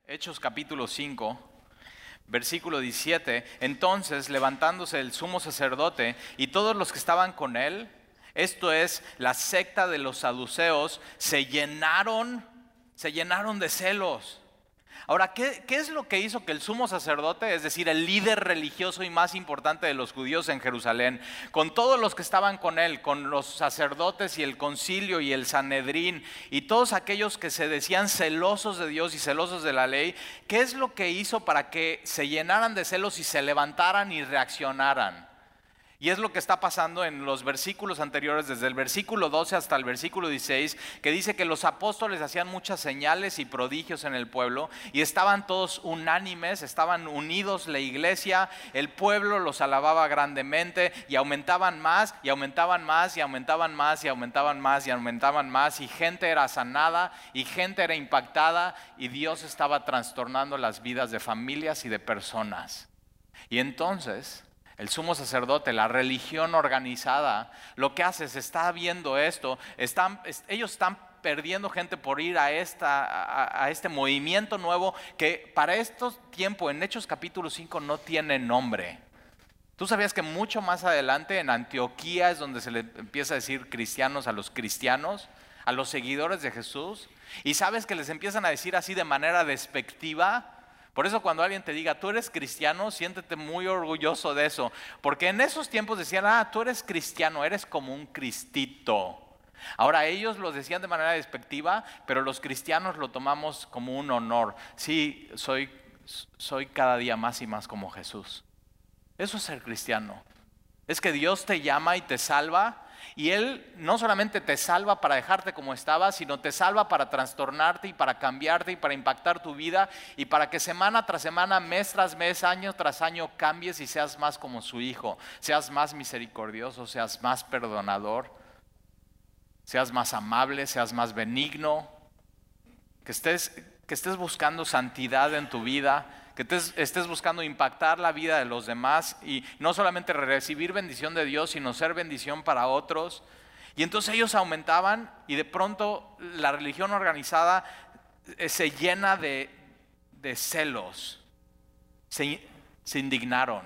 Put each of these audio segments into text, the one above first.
Hechos capítulo 5, versículo 17. Entonces, levantándose el sumo sacerdote y todos los que estaban con él, esto es, la secta de los saduceos, se llenaron de celos. Ahora, ¿qué es lo que hizo que el sumo sacerdote, es decir, el líder religioso y más importante de los judíos en Jerusalén, con todos los que estaban con él, con los sacerdotes y el concilio y el Sanedrín y todos aquellos que se decían celosos de Dios y celosos de la ley, qué es lo que hizo para que se llenaran de celos y se levantaran y reaccionaran? Y es lo que está pasando en los versículos anteriores, desde el versículo 12 hasta el versículo 16, que dice que los apóstoles hacían muchas señales y prodigios en el pueblo y estaban todos unánimes, estaban unidos la iglesia, el pueblo los alababa grandemente y aumentaban más y aumentaban más y aumentaban más y aumentaban más y aumentaban más y gente era sanada y gente era impactada y Dios estaba trastornando las vidas de familias y de personas. Y entonces el sumo sacerdote, la religión organizada, lo que hace es, está viendo esto, ellos están perdiendo gente por ir a este movimiento nuevo que para estos tiempos, en Hechos capítulo 5, no tiene nombre. ¿Tú sabías que mucho más adelante en Antioquía es donde se le empieza a decir cristianos a los cristianos, a los seguidores de Jesús? Y sabes que les empiezan a decir así de manera despectiva. Por eso cuando alguien te diga, tú eres cristiano, siéntete muy orgulloso de eso. Porque en esos tiempos decían, tú eres cristiano, eres como un cristito. Ahora ellos lo decían de manera despectiva, pero los cristianos lo tomamos como un honor. Sí, soy cada día más y más como Jesús. Eso es ser cristiano. Es que Dios te llama y te salva. Y Él no solamente te salva para dejarte como estabas, sino te salva para trastornarte y para cambiarte y para impactar tu vida y para que semana tras semana, mes tras mes, año tras año cambies y seas más como su Hijo, seas más misericordioso, seas más perdonador, seas más amable, seas más benigno, que estés buscando santidad en tu vida, que estés buscando impactar la vida de los demás y no solamente recibir bendición de Dios, sino ser bendición para otros. Y entonces ellos aumentaban y de pronto la religión organizada se llena de celos. Se indignaron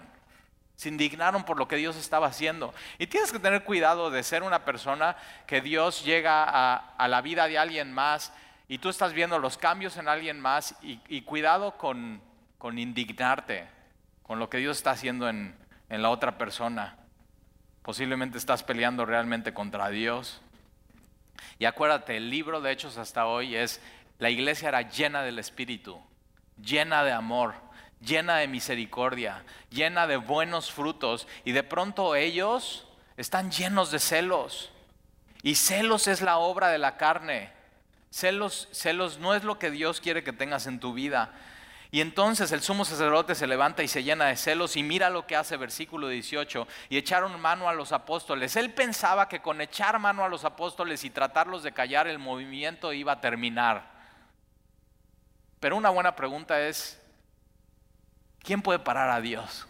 por lo que Dios estaba haciendo. Y tienes que tener cuidado de ser una persona que Dios llega a la vida de alguien más y tú estás viendo los cambios en alguien más y cuidado con indignarte con lo que Dios está haciendo en la otra persona. Posiblemente estás peleando realmente contra Dios. Y acuérdate, el libro de Hechos hasta hoy es, la iglesia era llena del Espíritu, llena de amor, llena de misericordia, llena de buenos frutos. Y de pronto ellos están llenos de celos. Y celos es la obra de la carne. Celos no es lo que Dios quiere que tengas en tu vida. Y entonces el sumo sacerdote se levanta y se llena de celos y mira lo que hace versículo 18. Y echaron mano a los apóstoles. Él pensaba que con echar mano a los apóstoles y tratarlos de callar el movimiento iba a terminar. Pero una buena pregunta es, ¿quién puede parar a Dios?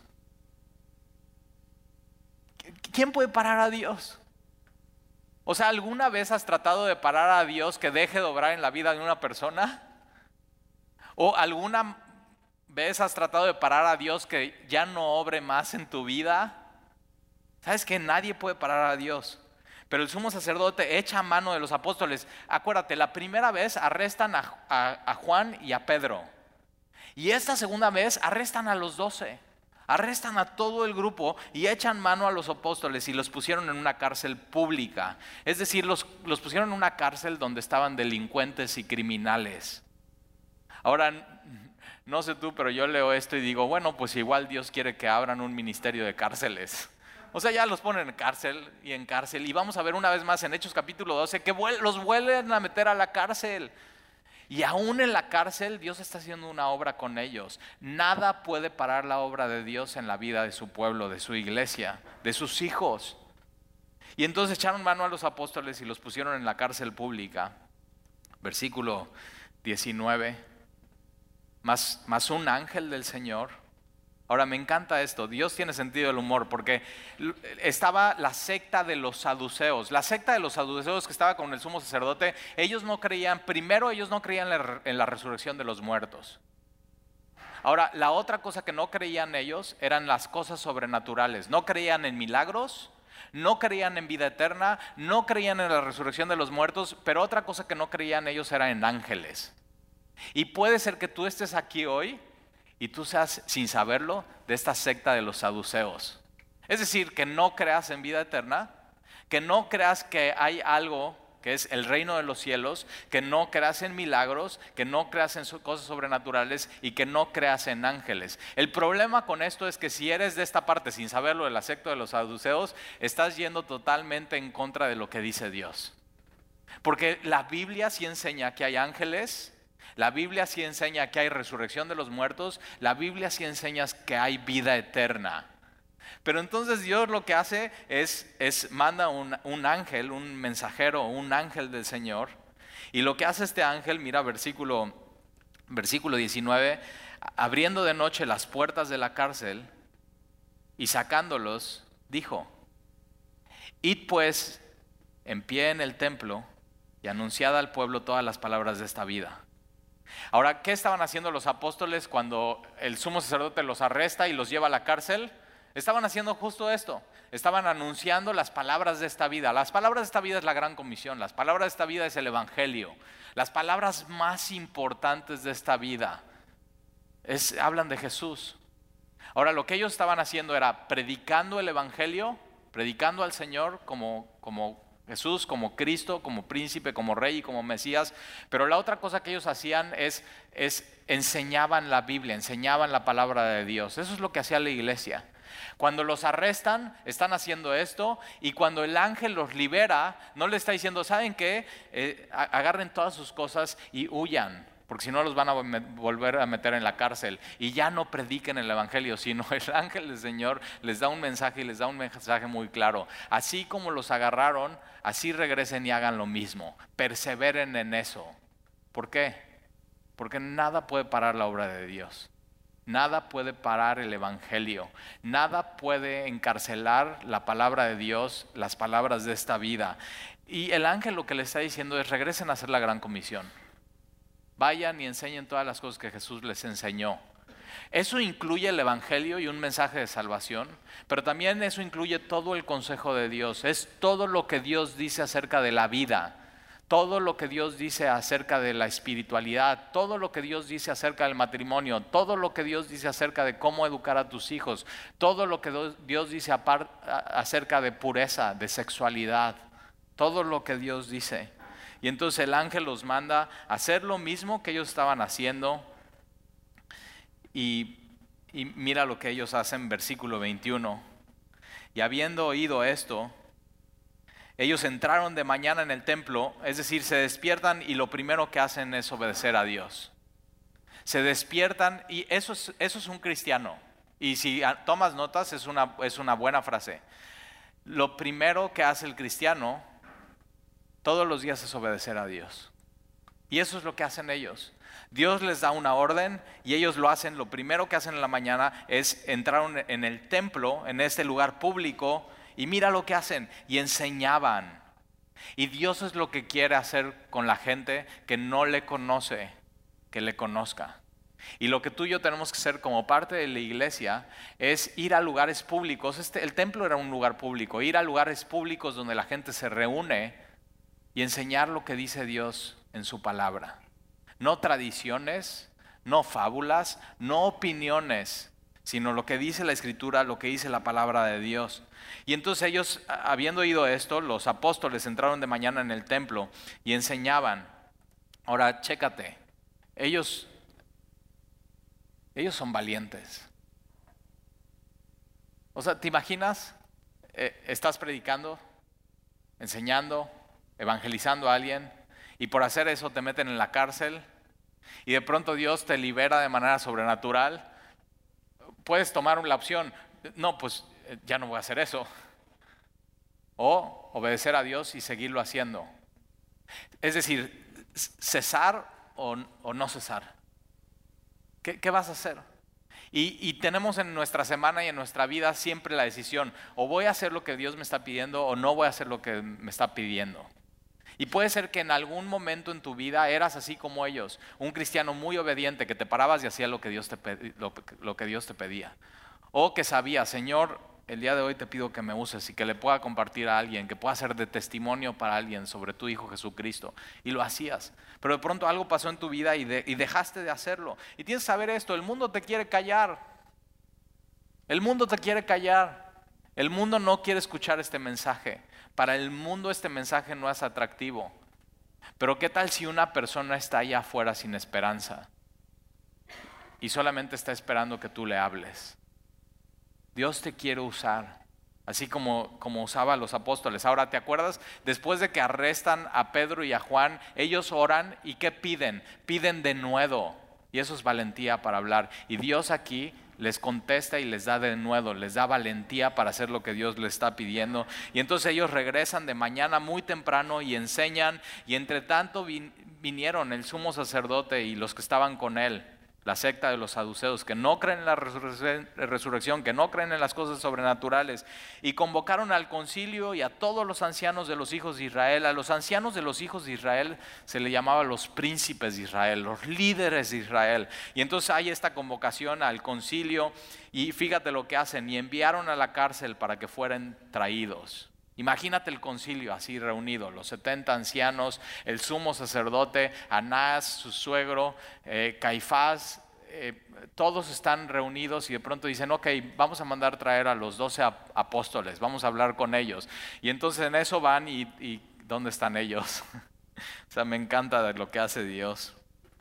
¿Quién puede parar a Dios? O sea, ¿alguna vez has tratado de parar a Dios que deje de obrar en la vida de una persona? ¿O alguna vez has tratado de parar a Dios que ya no obre más en tu vida? ¿Sabes que nadie puede parar a Dios? Pero el sumo sacerdote echa mano de los apóstoles. Acuérdate, la primera vez arrestan a Juan y a Pedro. Y esta segunda vez arrestan a los 12. Arrestan a todo el grupo y echan mano a los apóstoles y los pusieron en una cárcel pública. Es decir, los pusieron en una cárcel donde estaban delincuentes y criminales. Ahora, no sé tú, pero yo leo esto y digo, bueno, pues igual Dios quiere que abran un ministerio de cárceles. O sea, ya los ponen en cárcel. Y vamos a ver una vez más en Hechos capítulo 12 que los vuelven a meter a la cárcel. Y aún en la cárcel Dios está haciendo una obra con ellos. Nada puede parar la obra de Dios en la vida de su pueblo, de su iglesia, de sus hijos. Y entonces echaron mano a los apóstoles y los pusieron en la cárcel pública. Versículo 19. Más un ángel del Señor. Ahora me encanta esto, Dios tiene sentido del humor porque estaba la secta de los saduceos. La secta de los saduceos que estaba con el sumo sacerdote, ellos no creían en la resurrección de los muertos. Ahora, la otra cosa que no creían ellos eran las cosas sobrenaturales. No creían en milagros, no creían en vida eterna, no creían en la resurrección de los muertos, pero otra cosa que no creían ellos era en ángeles. Y puede ser que tú estés aquí hoy y tú seas, sin saberlo, de esta secta de los saduceos. Es decir, que no creas en vida eterna, que no creas que hay algo que es el reino de los cielos, que no creas en milagros, que no creas en cosas sobrenaturales y que no creas en ángeles. El problema con esto es que si eres de esta parte sin saberlo, de la secta de los saduceos, estás yendo totalmente en contra de lo que dice Dios. Porque la Biblia sí enseña que hay ángeles, la Biblia sí enseña que hay resurrección de los muertos, la Biblia sí enseña que hay vida eterna. Pero entonces Dios lo que hace es manda un ángel, un mensajero, un ángel del Señor. Y lo que hace este ángel, mira versículo 19, abriendo de noche las puertas de la cárcel y sacándolos, dijo: id pues en pie en el templo y anunciad al pueblo todas las palabras de esta vida. Ahora, ¿qué estaban haciendo los apóstoles cuando el sumo sacerdote los arresta y los lleva a la cárcel? Estaban haciendo justo esto, estaban anunciando las palabras de esta vida. Las palabras de esta vida es la gran comisión, las palabras de esta vida es el evangelio. Las palabras más importantes de esta vida hablan de Jesús. Ahora, lo que ellos estaban haciendo era predicando el evangelio, predicando al Señor como Jesús, como Cristo, como príncipe, como rey y como Mesías. Pero la otra cosa que ellos hacían es enseñaban la Biblia, enseñaban la palabra de Dios. Eso es lo que hacía la iglesia. Cuando los arrestan, están haciendo esto, y cuando el ángel los libera, no le está diciendo: ¿saben qué? Agarren todas sus cosas y huyan, porque si no los van a volver a meter en la cárcel, y ya no prediquen el evangelio, sino el ángel del Señor les da un mensaje, y les da un mensaje muy claro: así como los agarraron, así regresen y hagan lo mismo, perseveren en eso. ¿Por qué? Porque nada puede parar la obra de Dios. Nada puede parar el evangelio, nada puede encarcelar la palabra de Dios, las palabras de esta vida. Y el ángel lo que le está diciendo es: regresen a hacer la gran comisión. Vayan y enseñen todas las cosas que Jesús les enseñó. Eso incluye el evangelio y un mensaje de salvación, pero también eso incluye todo el consejo de Dios. Es todo lo que Dios dice acerca de la vida, todo lo que Dios dice acerca de la espiritualidad, todo lo que Dios dice acerca del matrimonio, todo lo que Dios dice acerca de cómo educar a tus hijos, todo lo que Dios dice acerca de pureza, de sexualidad, todo lo que Dios dice. Y entonces el ángel los manda a hacer lo mismo que ellos estaban haciendo. Y mira lo que ellos hacen, versículo 21. Y habiendo oído esto, ellos entraron de mañana en el templo, es decir, se despiertan y lo primero que hacen es obedecer a Dios. Se despiertan, y eso es un cristiano. Y si tomas notas, es una buena frase. Lo primero que hace el cristiano todos los días es obedecer a Dios. Y eso es lo que hacen ellos. Dios les da una orden y ellos lo hacen. Lo primero que hacen en la mañana es entrar en el templo, en este lugar público, y mira lo que hacen, y enseñaban. Y Dios es lo que quiere hacer con la gente que no le conoce, que le conozca. Y lo que tú y yo tenemos que hacer como parte de la iglesia es ir a lugares públicos. El templo era un lugar público, ir a lugares públicos donde la gente se reúne y enseñar lo que dice Dios en su palabra. No tradiciones, no fábulas, no opiniones, sino lo que dice la Escritura, lo que dice la palabra de Dios. Y entonces ellos, habiendo oído esto, los apóstoles entraron de mañana en el templo y enseñaban. Ahora, chécate, ellos son valientes. O sea, ¿te imaginas? Estás predicando, enseñando, evangelizando a alguien, y por hacer eso te meten en la cárcel, y de pronto Dios te libera de manera sobrenatural. Puedes tomar la opción: no, pues ya no voy a hacer eso. O obedecer a Dios y seguirlo haciendo. Es decir, cesar o no cesar. ¿Qué vas a hacer? Y tenemos en nuestra semana y en nuestra vida siempre la decisión: o voy a hacer lo que Dios me está pidiendo o no voy a hacer lo que me está pidiendo. Y puede ser que en algún momento en tu vida eras así como ellos, un cristiano muy obediente que te parabas y hacías lo que Dios te pedía. O que sabías, Señor, el día de hoy te pido que me uses y que le pueda compartir a alguien, que pueda ser de testimonio para alguien sobre tu Hijo Jesucristo. Y lo hacías. Pero de pronto algo pasó en tu vida y dejaste de hacerlo. Y tienes que saber esto, el mundo te quiere callar. El mundo te quiere callar. El mundo no quiere escuchar este mensaje. Para el mundo este mensaje no es atractivo. Pero ¿qué tal si una persona está allá afuera sin esperanza y solamente está esperando que tú le hables? Dios te quiere usar, así como usaba a los apóstoles. Ahora, ¿te acuerdas? Después de que arrestan a Pedro y a Juan, ellos oran y ¿qué piden? Piden denuedo. Y eso es valentía para hablar. Y Dios aquí les contesta y les da denuedo, les da valentía para hacer lo que Dios les está pidiendo. Y entonces ellos regresan de mañana muy temprano y enseñan. Y entre tanto vinieron el sumo sacerdote y los que estaban con él, la secta de los saduceos, que no creen en la resurrección, que no creen en las cosas sobrenaturales, y convocaron al concilio y a todos los ancianos de los hijos de Israel. A los ancianos de los hijos de Israel se le llamaba los príncipes de Israel, los líderes de Israel. Y entonces hay esta convocación al concilio y fíjate lo que hacen, y enviaron a la cárcel para que fueran traídos. Imagínate el concilio así reunido, los 70 ancianos, el sumo sacerdote, Anás, su suegro, Caifás, todos están reunidos y de pronto dicen, ok, vamos a mandar traer a los 12 apóstoles, vamos a hablar con ellos. Y entonces en eso van y ¿dónde están ellos? O sea, me encanta lo que hace Dios.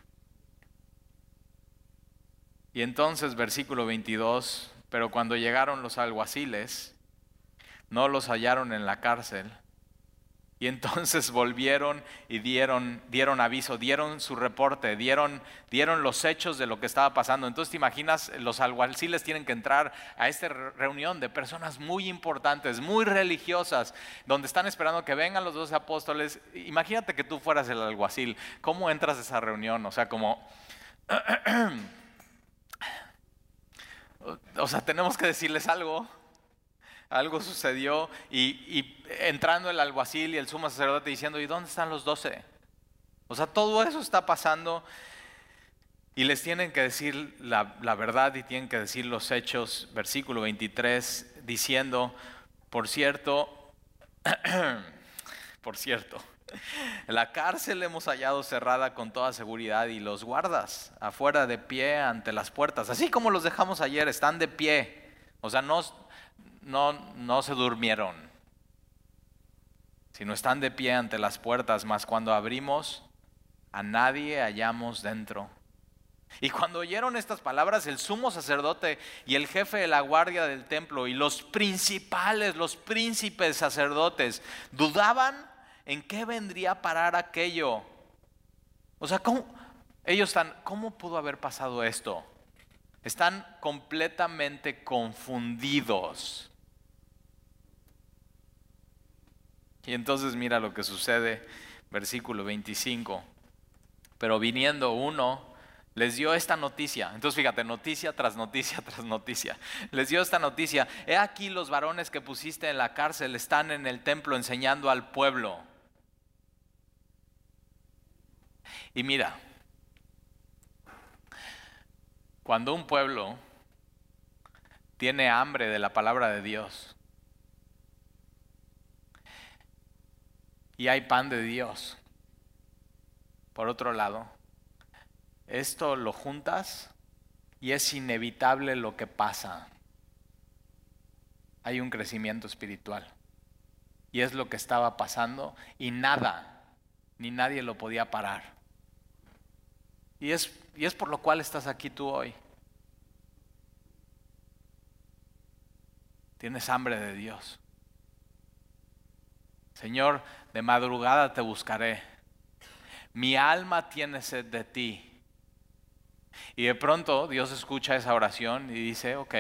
Y entonces, versículo 22, pero cuando llegaron los alguaciles, no los hallaron en la cárcel. Y entonces volvieron y dieron aviso, dieron su reporte, dieron los hechos de lo que estaba pasando. Entonces te imaginas, los alguaciles tienen que entrar a esta reunión de personas muy importantes, muy religiosas, donde están esperando que vengan los 12 apóstoles. Imagínate que tú fueras el alguacil. ¿Cómo entras a esa reunión? O sea, como... o sea, tenemos que decirles algo. Algo sucedió y entrando el alguacil y el sumo sacerdote diciendo, ¿y dónde están los 12? O sea, todo eso está pasando y les tienen que decir la verdad y tienen que decir los hechos. Versículo 23 diciendo, por cierto, la cárcel hemos hallado cerrada con toda seguridad y los guardas afuera de pie ante las puertas. Así como los dejamos ayer, están de pie. O sea, no se durmieron, sino están de pie ante las puertas, mas cuando abrimos, a nadie hallamos dentro. Y cuando oyeron estas palabras, el sumo sacerdote y el jefe de la guardia del templo y los principales, los príncipes sacerdotes, dudaban en qué vendría a parar aquello. O sea, ¿cómo pudo haber pasado esto? Están completamente confundidos. Y entonces mira lo que sucede, versículo 25. Pero viniendo uno, les dio esta noticia. Entonces fíjate, noticia tras noticia tras noticia. Les dio esta noticia. He aquí los varones que pusiste en la cárcel están en el templo enseñando al pueblo. Y mira, cuando un pueblo tiene hambre de la palabra de Dios, y hay pan de Dios, por otro lado, esto lo juntas y es inevitable lo que pasa. Hay un crecimiento espiritual. Y es lo que estaba pasando y nada, ni nadie lo podía parar. Y es por lo cual estás aquí tú hoy. Tienes hambre de Dios. Señor, de madrugada te buscaré. Mi alma tiene sed de ti. Y de pronto Dios escucha esa oración y dice, ok,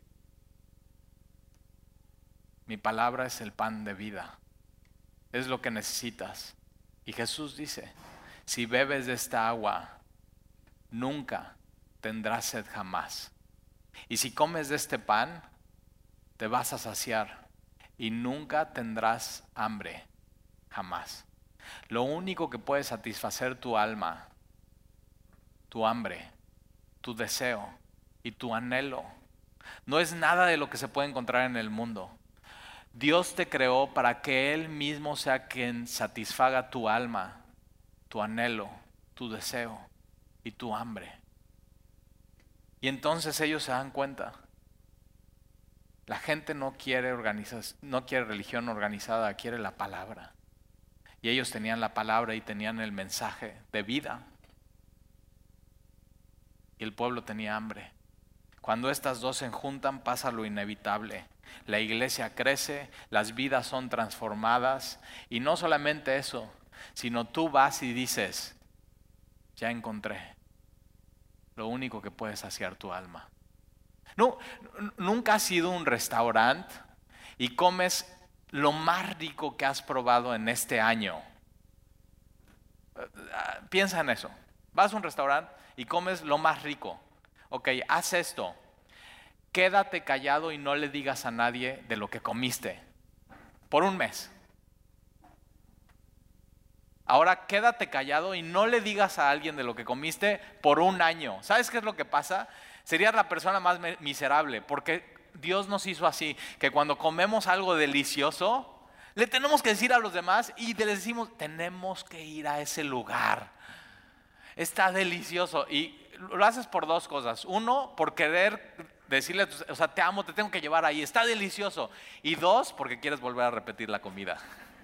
mi palabra es el pan de vida. Es lo que necesitas. Y Jesús dice, si bebes de esta agua, nunca tendrás sed jamás. Y si comes de este pan, te vas a saciar y nunca tendrás hambre jamás. Lo único que puede satisfacer tu alma, tu hambre, tu deseo y tu anhelo, no es nada de lo que se puede encontrar en el mundo. Dios te creó para que Él mismo sea quien satisfaga tu alma, tu anhelo, tu deseo y tu hambre. Y entonces ellos se dan cuenta. La gente no quiere religión organizada, quiere la palabra. Y ellos tenían la palabra y tenían el mensaje de vida. Y el pueblo tenía hambre. Cuando estas dos se juntan pasa lo inevitable. La iglesia crece, las vidas son transformadas. Y no solamente eso, sino tú vas y dices, ya encontré lo único que puede saciar tu alma. No, nunca has ido a un restaurante y comes lo más rico que has probado en este año. Piensa en eso. Vas a un restaurante y comes lo más rico. Ok, haz esto. Quédate callado y no le digas a nadie de lo que comiste. Por un mes. Ahora quédate callado y no le digas a alguien de lo que comiste por un año. ¿Sabes qué es lo que pasa? Serías la persona más miserable, porque Dios nos hizo así, que cuando comemos algo delicioso, le tenemos que decir a los demás y les decimos, tenemos que ir a ese lugar. Está delicioso. Y lo haces por dos cosas. Uno, por querer decirle, o sea, te amo, te tengo que llevar ahí, está delicioso. Y dos, porque quieres volver a repetir la comida.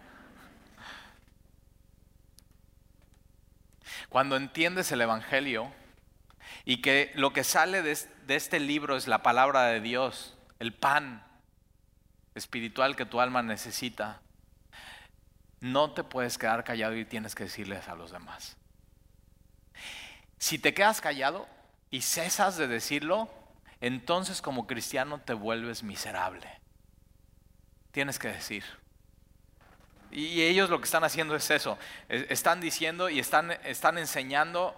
Cuando entiendes el Evangelio y que lo que sale de este libro es la palabra de Dios, el pan espiritual que tu alma necesita, no te puedes quedar callado y tienes que decirles a los demás. Si te quedas callado y cesas de decirlo, entonces como cristiano te vuelves miserable. Tienes que decir. Y ellos lo que están haciendo es eso. Están diciendo y están enseñando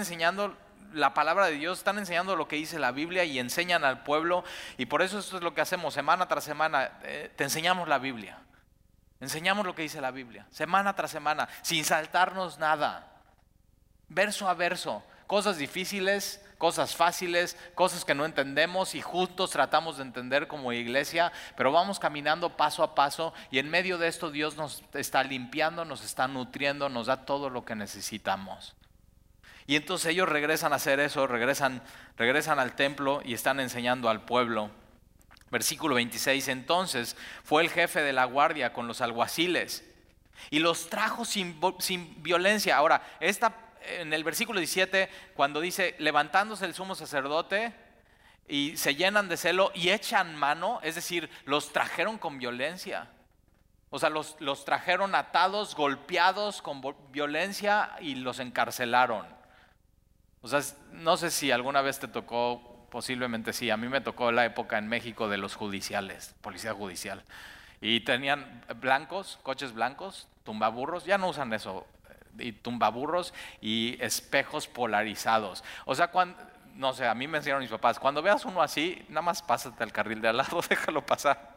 la palabra de Dios, están enseñando lo que dice la Biblia y enseñan al pueblo. Y por eso esto es lo que hacemos semana tras semana. Te enseñamos la Biblia. Enseñamos lo que dice la Biblia, semana tras semana, sin saltarnos nada. Verso a verso, cosas difíciles, cosas fáciles, cosas que no entendemos y juntos tratamos de entender como iglesia, pero vamos caminando paso a paso y en medio de esto Dios nos está limpiando, nos está nutriendo, nos da todo lo que necesitamos. Y entonces ellos regresan a hacer eso, regresan al templo y están enseñando al pueblo. Versículo 26, entonces fue el jefe de la guardia con los alguaciles y los trajo sin violencia. Ahora, en el versículo 17, cuando dice, levantándose el sumo sacerdote y se llenan de celo y echan mano, es decir, los trajeron con violencia. O sea, los trajeron atados, golpeados con violencia y los encarcelaron. O sea, no sé si alguna vez te tocó, posiblemente sí, a mí me tocó la época en México de los judiciales, policía judicial. Y tenían coches blancos, tumbaburros, ya no usan eso, y tumbaburros y espejos polarizados. O sea, no sé, a mí me enseñaron mis papás, cuando veas uno así, nada más pásate al carril de al lado, déjalo pasar.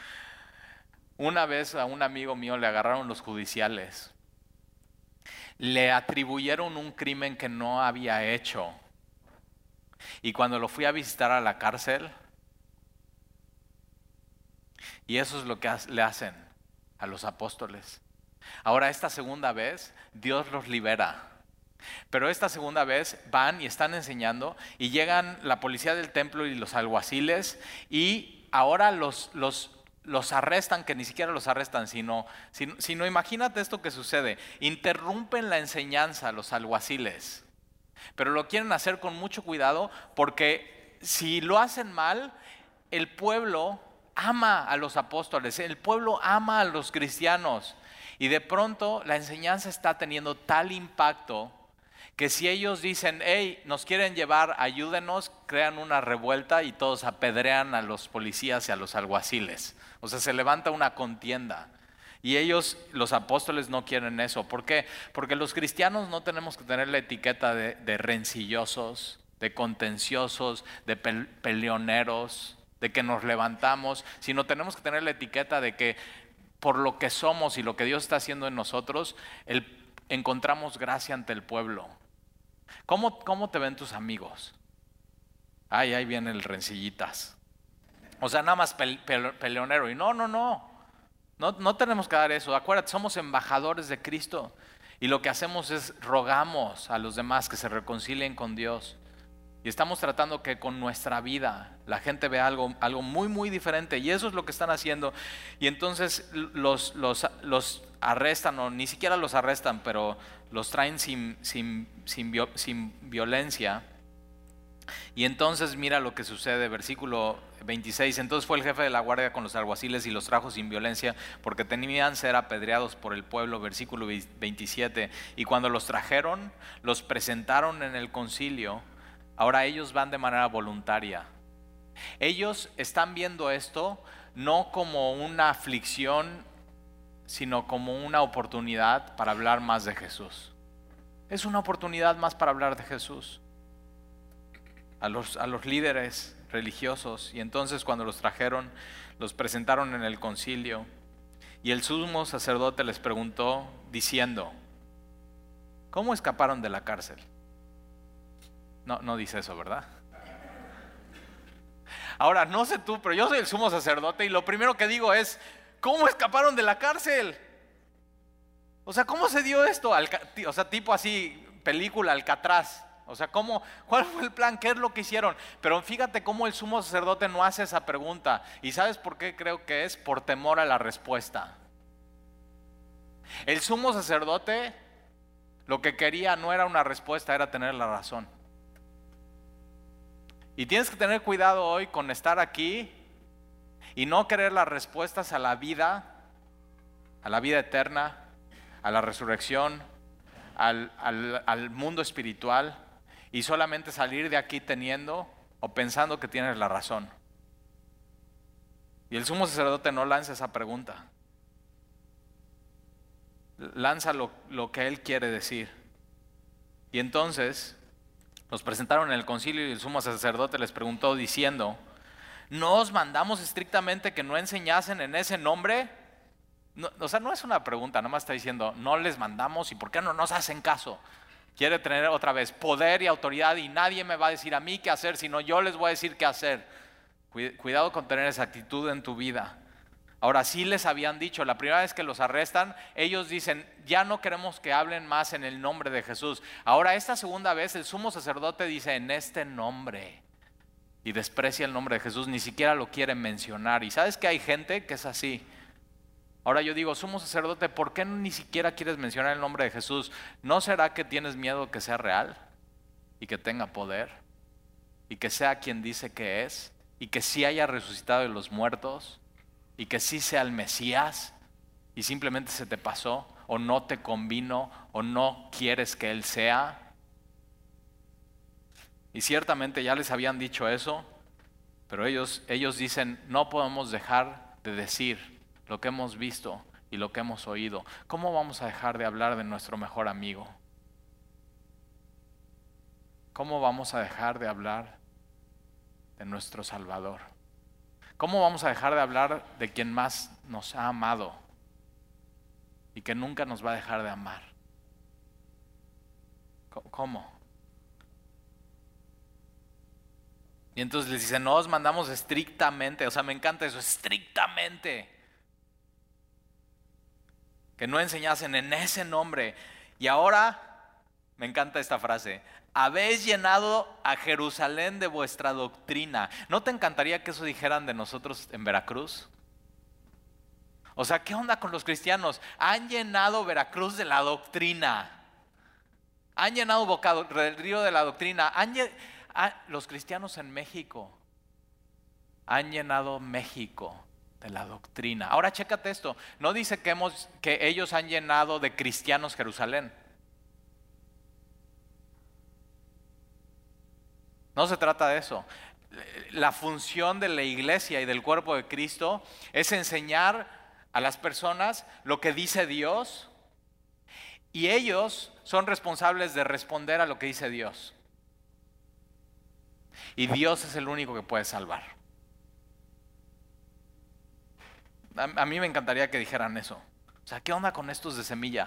Una vez a un amigo mío le agarraron los judiciales. Le atribuyeron un crimen que no había hecho. Y cuando lo fui a visitar a la cárcel, y eso es lo que le hacen a los apóstoles. Ahora esta segunda vez, Dios los libera. Pero esta segunda vez van y están enseñando y llegan la policía del templo y los alguaciles y ahora los arrestan, que ni siquiera los arrestan, sino imagínate esto que sucede. Interrumpen la enseñanza los alguaciles, pero lo quieren hacer con mucho cuidado porque si lo hacen mal, el pueblo ama a los apóstoles, el pueblo ama a los cristianos y de pronto la enseñanza está teniendo tal impacto que si ellos dicen, hey, nos quieren llevar, ayúdenos, crean una revuelta y todos apedrean a los policías y a los alguaciles. O sea, se levanta una contienda. Y ellos, los apóstoles, no quieren eso. ¿Por qué? Porque los cristianos no tenemos que tener la etiqueta de rencillosos, de contenciosos, de peleoneros, de que nos levantamos, sino tenemos que tener la etiqueta de que por lo que somos y lo que Dios está haciendo en nosotros, encontramos gracia ante el pueblo. ¿Cómo te ven tus amigos? Ay, ahí viene el rencillitas. O sea, nada más peleonero. Y no tenemos que dar eso. Acuérdate, somos embajadores de Cristo. Y lo que hacemos es rogamos a los demás que se reconcilien con Dios. Y estamos tratando que con nuestra vida la gente vea algo muy, muy diferente. Y eso es lo que están haciendo. Y entonces los arrestan, o ni siquiera los arrestan, pero los traen sin violencia. Y entonces mira lo que sucede, versículo 26. Entonces fue el jefe de la guardia con los alguaciles y los trajo sin violencia, porque temían ser apedreados por el pueblo. Versículo 27. Y cuando los trajeron, los presentaron en el concilio. Ahora ellos van de manera voluntaria. Ellos están viendo esto no como una aflicción, sino como una oportunidad para hablar más de Jesús. Es una oportunidad más para hablar de Jesús a los líderes religiosos. Y entonces cuando los trajeron, los presentaron en el concilio. Y el sumo sacerdote les preguntó diciendo: ¿cómo escaparon de la cárcel? No dice eso, ¿verdad? Ahora, no sé tú, pero yo soy el sumo sacerdote y lo primero que digo es: ¿cómo escaparon de la cárcel? O sea, ¿cómo se dio esto? O sea, tipo así, película Alcatraz. O sea, ¿cuál fue el plan? ¿Qué es lo que hicieron? Pero fíjate cómo el sumo sacerdote no hace esa pregunta. ¿Y sabes por qué creo que es? Por temor a la respuesta. El sumo sacerdote lo que quería no era una respuesta, era tener la razón. Y tienes que tener cuidado hoy con estar aquí y no querer las respuestas a la vida eterna, a la resurrección, al mundo espiritual, y solamente salir de aquí teniendo o pensando que tienes la razón. Y el sumo sacerdote no lanza esa pregunta. Lanza lo que él quiere decir. Y entonces los presentaron en el concilio y el sumo sacerdote les preguntó diciendo: ¿no os mandamos estrictamente que no enseñasen en ese nombre? No, o sea, no es una pregunta, nada más está diciendo: no les mandamos, ¿y por qué no nos hacen caso? Quiere tener otra vez poder y autoridad, y nadie me va a decir a mí qué hacer, sino yo les voy a decir qué hacer. Cuidado con tener esa actitud en tu vida. Ahora, sí les habían dicho, la primera vez que los arrestan, ellos dicen: ya no queremos que hablen más en el nombre de Jesús. Ahora, esta segunda vez, el sumo sacerdote dice: en este nombre. Y desprecia el nombre de Jesús, ni siquiera lo quiere mencionar. Y sabes que hay gente que es así. Ahora yo digo: sumo sacerdote, ¿por qué ni siquiera quieres mencionar el nombre de Jesús? ¿No será que tienes miedo que sea real y que tenga poder y que sea quien dice que es y que sí haya resucitado de los muertos y que sí sea el Mesías y simplemente se te pasó o no te convino o no quieres que Él sea? Y ciertamente ya les habían dicho eso, pero ellos dicen: no podemos dejar de decir lo que hemos visto y lo que hemos oído. ¿Cómo vamos a dejar de hablar de nuestro mejor amigo? ¿Cómo vamos a dejar de hablar de nuestro Salvador? ¿Cómo vamos a dejar de hablar de quien más nos ha amado y que nunca nos va a dejar de amar? ¿Cómo? Y entonces les dicen: no os mandamos estrictamente. O sea, me encanta eso, estrictamente, que no enseñasen en ese nombre. Y ahora, me encanta esta frase: habéis llenado a Jerusalén de vuestra doctrina. ¿No te encantaría que eso dijeran de nosotros en Veracruz? O sea, ¿qué onda con los cristianos? Han llenado Veracruz de la doctrina. Han llenado Boca del Río de la doctrina. Los cristianos en México han llenado México de la doctrina. Ahora chécate esto, no dice que ellos han llenado de cristianos Jerusalén. No se trata de eso. La función de la iglesia y del cuerpo de Cristo es enseñar a las personas lo que dice Dios, y ellos son responsables de responder a lo que dice Dios. Y Dios es el único que puede salvar. A mí me encantaría que dijeran eso. O sea, ¿qué onda con estos de semilla?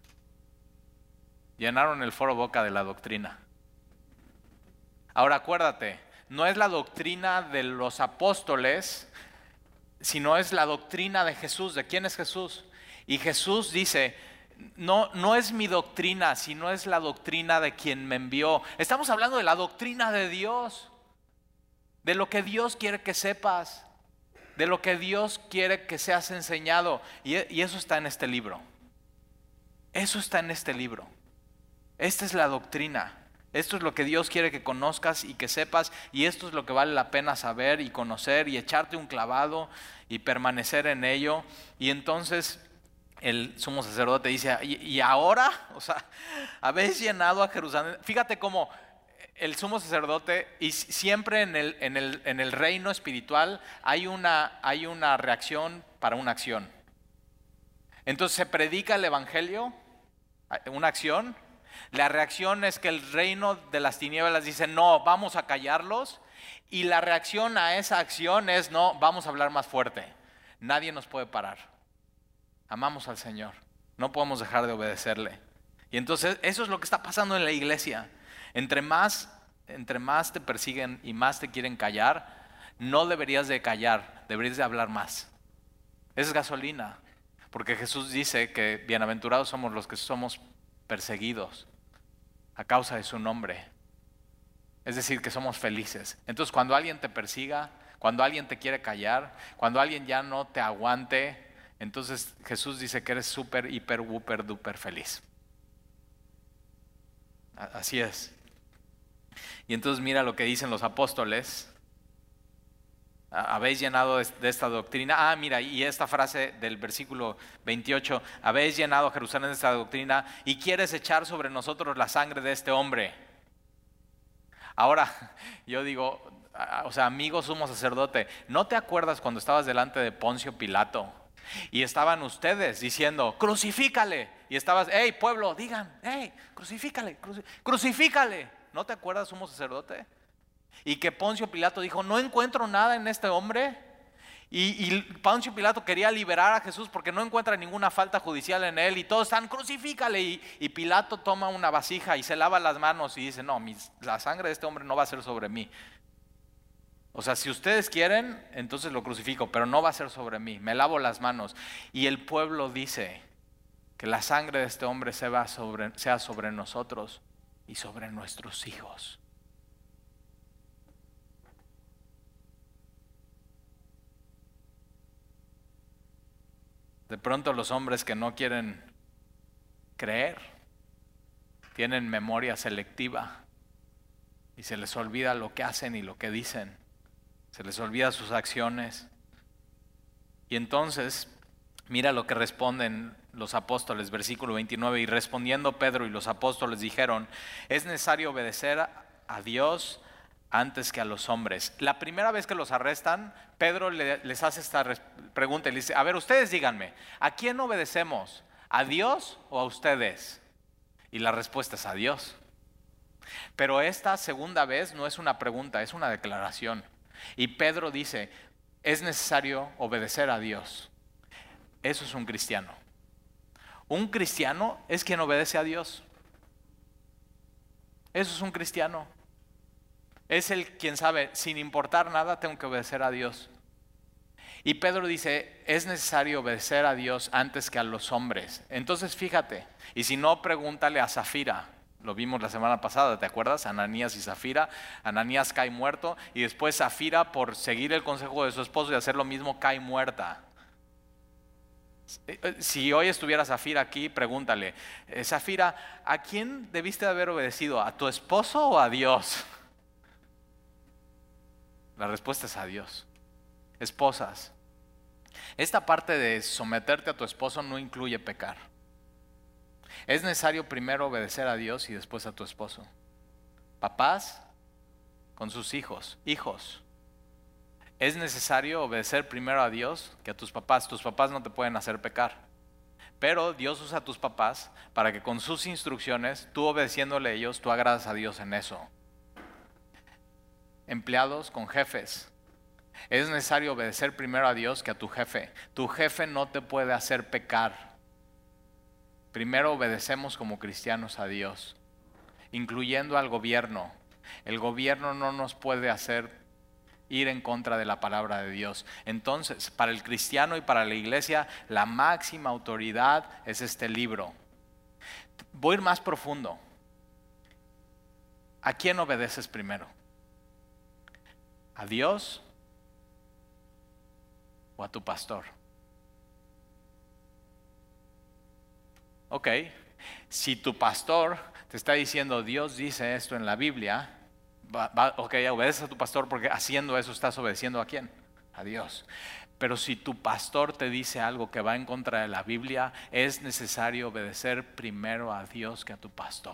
Llenaron el foro boca de la doctrina. Ahora acuérdate, no es la doctrina de los apóstoles, sino es la doctrina de Jesús. ¿De quién es Jesús? Y Jesús dice, no es mi doctrina, sino es la doctrina de quien me envió. Estamos hablando de la doctrina de Dios, de lo que Dios quiere que sepas, de lo que Dios quiere que seas enseñado. Y eso está en este libro. Eso está en este libro. Esta es la doctrina. Esto es lo que Dios quiere que conozcas y que sepas, y esto es lo que vale la pena saber y conocer y echarte un clavado y permanecer en ello. Y entonces el sumo sacerdote dice, ¿y ahora? O sea, habéis llenado a Jerusalén. Fíjate cómo el sumo sacerdote, y siempre en el reino espiritual hay una reacción para una acción. Entonces se predica el evangelio, una acción. La reacción es que el reino de las tinieblas dice, no, vamos a callarlos. Y la reacción a esa acción es, no, vamos a hablar más fuerte. Nadie nos puede parar. Amamos al Señor. No podemos dejar de obedecerle. Y entonces eso es lo que está pasando en la iglesia. Entre más te persiguen y más te quieren callar, no deberías de callar, deberías de hablar más. Es gasolina. Porque Jesús dice que bienaventurados somos los que somos perseguidos a causa de su nombre. Es decir, que somos felices. Entonces, cuando alguien te persiga, cuando alguien te quiere callar, cuando alguien ya no te aguante, entonces Jesús dice que eres súper, hiper, wúper, duper feliz. Así es. Y entonces mira lo que dicen los apóstoles. Habéis llenado de esta doctrina. Mira, y esta frase del versículo 28, habéis llenado Jerusalén de esta doctrina y quieres echar sobre nosotros la sangre de este hombre. Ahora, yo digo, o sea, amigo sumo sacerdote, ¿no te acuerdas cuando estabas delante de Poncio Pilato y estaban ustedes diciendo, crucifícale? Y estabas, hey pueblo, digan, hey, crucifícale, crucifícale. ¿No te acuerdas, sumo sacerdote? Y que Poncio Pilato dijo, no encuentro nada en este hombre. Y Poncio Pilato quería liberar a Jesús porque no encuentra ninguna falta judicial en él. Y todos están, crucifícale. Y Pilato toma una vasija y se lava las manos y dice, no, la sangre de este hombre no va a ser sobre mí. O sea, si ustedes quieren, entonces lo crucifico, pero no va a ser sobre mí. Me lavo las manos. Y el pueblo dice que la sangre de este hombre sea sobre nosotros y sobre nuestros hijos. De pronto los hombres que no quieren creer tienen memoria selectiva y se les olvida lo que hacen y lo que dicen. Se les olvida sus acciones. Y entonces, mira lo que responden los apóstoles, versículo 29. Y respondiendo Pedro y los apóstoles dijeron, es necesario obedecer a Dios antes que a los hombres. La primera vez que los arrestan, Pedro les hace esta pregunta y le dice, a ver, ustedes díganme, ¿a quién obedecemos? ¿A Dios o a ustedes? Y la respuesta es a Dios. Pero esta segunda vez no es una pregunta, es una declaración. Y Pedro dice, es necesario obedecer a Dios. Eso es un cristiano. Un cristiano es quien obedece a Dios. Eso es un cristiano. Es el quien sabe, sin importar nada, tengo que obedecer a Dios. Y Pedro dice, es necesario obedecer a Dios antes que a los hombres. Entonces fíjate, y si no, pregúntale a Zafira. Lo vimos la semana pasada, ¿te acuerdas? Ananías y Zafira. Ananías cae muerto y después Zafira, por seguir el consejo de su esposo y hacer lo mismo, cae muerta. Si hoy estuviera Zafira aquí, pregúntale, Zafira, ¿a quién debiste haber obedecido? ¿A tu esposo o a Dios? La respuesta es a Dios. Esposas, esta parte de someterte a tu esposo no incluye pecar. Es necesario primero obedecer a Dios y después a tu esposo. Papás con sus hijos. Es necesario obedecer primero a Dios que a tus papás. Tus papás no te pueden hacer pecar. Pero Dios usa a tus papás para que con sus instrucciones, tú obedeciéndole a ellos, tú agradas a Dios en eso. Empleados con jefes. Es necesario obedecer primero a Dios que a tu jefe. Tu jefe no te puede hacer pecar. Primero obedecemos como cristianos a Dios, incluyendo al gobierno. El gobierno no nos puede hacer ir en contra de la palabra de Dios. Entonces, para el cristiano y para la iglesia, la máxima autoridad es este libro. Voy a ir más profundo. ¿A quién obedeces primero? ¿A Dios o a tu pastor? Ok, si tu pastor te está diciendo Dios dice esto en la Biblia, ok, obedeces a tu pastor porque haciendo eso estás obedeciendo ¿a quién? A Dios. Pero si tu pastor te dice algo que va en contra de la Biblia, es necesario obedecer primero a Dios que a tu pastor.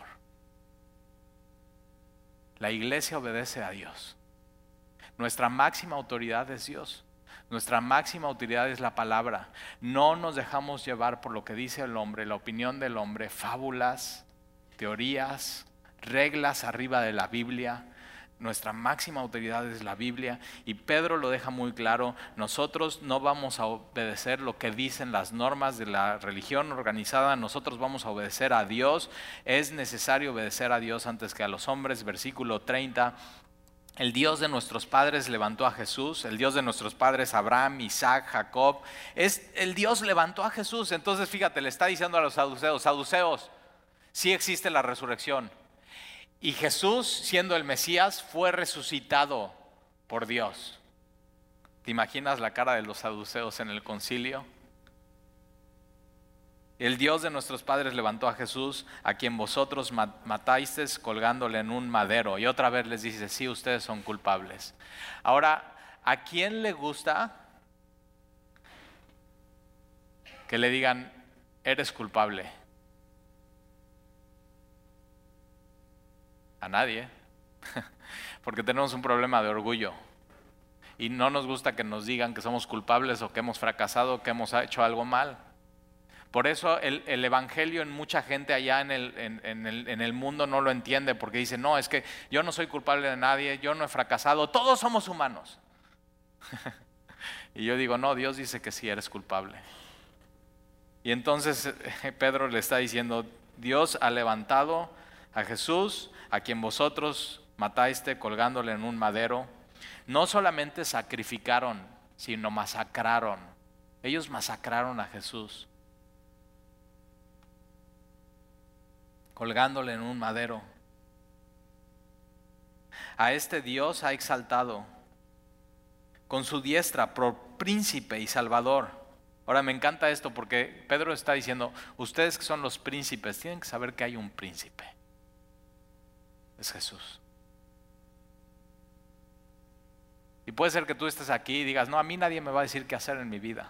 La iglesia obedece a Dios. Nuestra máxima autoridad es Dios. Nuestra máxima autoridad es la palabra. No nos dejamos llevar por lo que dice el hombre, la opinión del hombre, fábulas, teorías, reglas arriba de la Biblia. Nuestra máxima autoridad es la Biblia y Pedro lo deja muy claro. Nosotros no vamos a obedecer lo que dicen las normas de la religión organizada, nosotros vamos a obedecer a Dios. Es necesario obedecer a Dios antes que a los hombres. Versículo 30. El Dios de nuestros padres levantó a Jesús, el Dios de nuestros padres Abraham, Isaac, Jacob, el Dios levantó a Jesús. Entonces fíjate, le está diciendo a los saduceos, sí existe la resurrección. Y Jesús, siendo el Mesías, fue resucitado por Dios. ¿Te imaginas la cara de los saduceos en el concilio? El Dios de nuestros padres levantó a Jesús, a quien vosotros matasteis colgándole en un madero. Y otra vez les dice, sí, ustedes son culpables. Ahora, ¿a quién le gusta que le digan, eres culpable? A nadie, porque tenemos un problema de orgullo. Y no nos gusta que nos digan que somos culpables o que hemos fracasado o que hemos hecho algo mal. Por eso el evangelio en mucha gente allá en el mundo no lo entiende, porque dice, no, es que yo no soy culpable de nadie, yo no he fracasado, todos somos humanos. Y yo digo, no, Dios dice que sí eres culpable. Y entonces Pedro le está diciendo, Dios ha levantado a Jesús, a quien vosotros mataste colgándole en un madero. No solamente sacrificaron, sino masacraron. Ellos masacraron a Jesús, colgándole en un madero. A este Dios ha exaltado con su diestra por príncipe y salvador. Ahora me encanta esto porque Pedro está diciendo, ustedes que son los príncipes, tienen que saber que hay un príncipe. Es Jesús. Y puede ser que tú estés aquí y digas, no, a mí nadie me va a decir qué hacer en mi vida.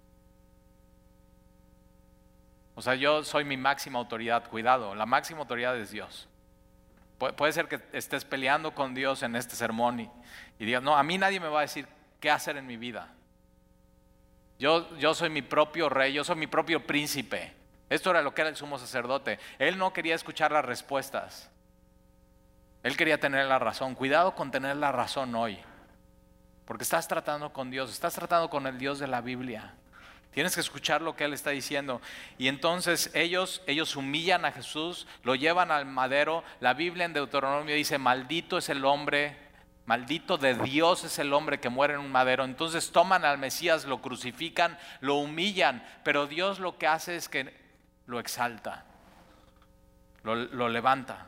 O sea, yo soy mi máxima autoridad. Cuidado, la máxima autoridad es Dios. Puede ser que estés peleando con Dios en este sermón y digas, no, a mí nadie me va a decir qué hacer en mi vida. Yo soy mi propio rey, yo soy mi propio príncipe. Esto era lo que era el sumo sacerdote. Él no quería escuchar las respuestas. Él quería tener la razón. Cuidado con tener la razón hoy. Porque estás tratando con Dios, estás tratando con el Dios de la Biblia. Tienes que escuchar lo que Él está diciendo. Y entonces ellos humillan a Jesús, lo llevan al madero. La Biblia en Deuteronomio dice, maldito es el hombre, maldito de Dios es el hombre que muere en un madero. Entonces toman al Mesías, lo crucifican, lo humillan. Pero Dios lo que hace es que lo exalta, lo levanta.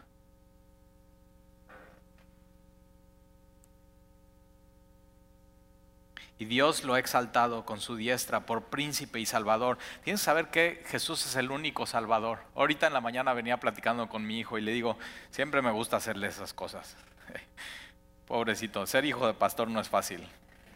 Y Dios lo ha exaltado con su diestra por príncipe y salvador. Tienes que saber que Jesús es el único salvador. Ahorita en la mañana venía platicando con mi hijo y le digo, siempre me gusta hacerle esas cosas. Pobrecito, ser hijo de pastor no es fácil.